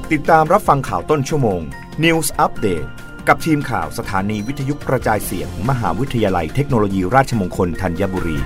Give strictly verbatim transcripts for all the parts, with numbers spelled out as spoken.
ติดตามรับฟังข่าวต้นชั่วโมง News Update กับทีมข่าวสถานีวิทยุกระจายเสียง มหาวิทยาลัยเทคโนโลยีราชมงคลธัญบุรี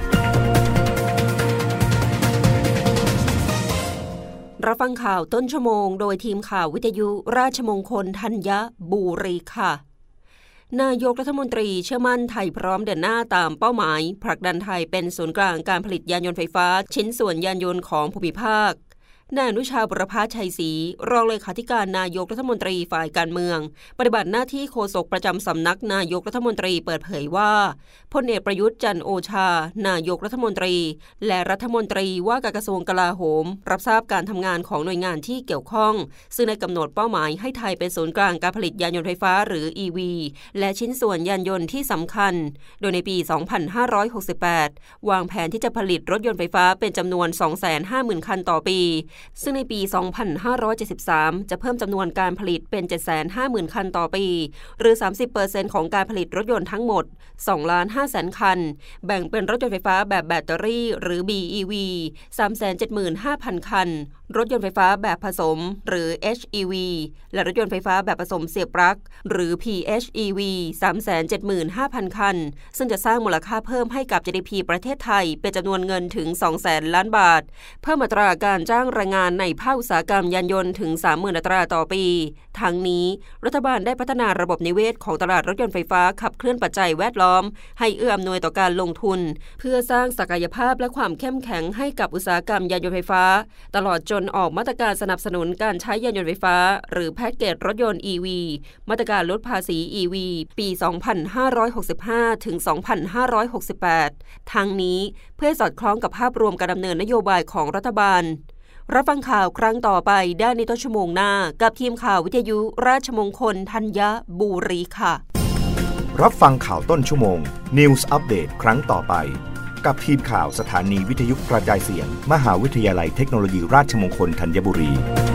รับฟังข่าวต้นชั่วโมงโดยทีมข่าววิทยุราชมงคลธัญบุรีค่ะนายกรัฐมนตรีเชื่อมั่นไทยพร้อมเดินหน้าตามเป้าหมายผลักดันไทยเป็นศูนย์กลางการผลิตยานยนต์ไฟฟ้าชิ้นส่วนยานยนต์ของภูมิภาคนายอนุชาบุรพชัยศรีรองเลขาธิการนายกรัฐมนตรีฝ่ายการเมืองปฏิบัติหน้าที่โฆษกประจำสำนักนายกรัฐมนตรีเปิดเผยว่าพลเอกประยุทธ์จันทร์โอชานายกรัฐมนตรีและรัฐมนตรีว่าการกระทรวงกลาโหมรับทราบการทำงานของหน่วยงานที่เกี่ยวข้องซึ่งได้กำหนดเป้าหมายให้ไทยเป็นศูนย์กลางการผลิตยานยนต์ไฟฟ้าหรือ อี วี และชิ้นส่วนยานยนต์ที่สำคัญโดยในปี สองพันห้าร้อยหกสิบแปด วางแผนที่จะผลิตรถยนต์ไฟฟ้าเป็นจำนวน สองแสนห้าหมื่น คันต่อปีซึ่งในปีสองพันห้าร้อยเจ็ดสิบสาม จะเพิ่มจำนวนการผลิตเป็น เจ็ดแสนห้าหมื่น คันต่อปีหรือ สามสิบเปอร์เซ็นต์ ของการผลิตรถยนต์ทั้งหมด สองล้านห้าแสน คันแบ่งเป็นรถยนต์ไฟฟ้าแบบแบตเตอรี่หรือ บี อี วี สามแสนเจ็ดหมื่นห้าพัน คันรถยนต์ไฟฟ้าแบบผสมหรือ เอช อี วี และรถยนต์ไฟฟ้าแบบผสมเสียบปลั๊กหรือ พี เอช อี วี สามแสนเจ็ดหมื่นห้าพัน คันซึ่งจะสร้างมูลค่าเพิ่มให้กับ จี ดี พี ประเทศไทยเป็นจำนวนเงินถึง สองแสน ล้านบาทเพิ่มอัตราการจ้างแรงงานในภาคอุตสาหกรรมยานยนต์ถึง สามหมื่น อัตราต่อปีทั้งนี้รัฐบาลได้พัฒนาระบบนิเวศของตลาดรถยนต์ไฟฟ้าขับเคลื่อนปัจจัยแวดล้อมให้เอื้ออำนวยต่อการลงทุนเพื่อสร้างศักยภาพและความเข้มแข็งให้กับอุตสาหกรรมยานยนต์ไฟฟ้าตลอดจนออกมาตรการสนับสนุนการใช้ยานยนต์ไฟฟ้าหรือแพ็กเกจรถยนต์ อี วี มาตรการลดภาษี อี วี ปี สองพันห้าร้อยหกสิบห้า ถึง สองพันห้าร้อยหกสิบแปด ทั้งนี้เพื่อสอดคล้องกับภาพรวมการดำเนินนโยบายของรัฐบาลรับฟังข่าวครั้งต่อไปได้ในต้นชั่วโมงหน้ากับทีมข่าววิทยุราชมงคลธัญบุรีค่ะรับฟังข่าวต้นชั่วโมง News Update ครั้งต่อไปกับทีมข่าวสถานีวิทยุกระจายเสียงมหาวิทยาลัยเทคโนโลยีราชมงคลธัญบุรี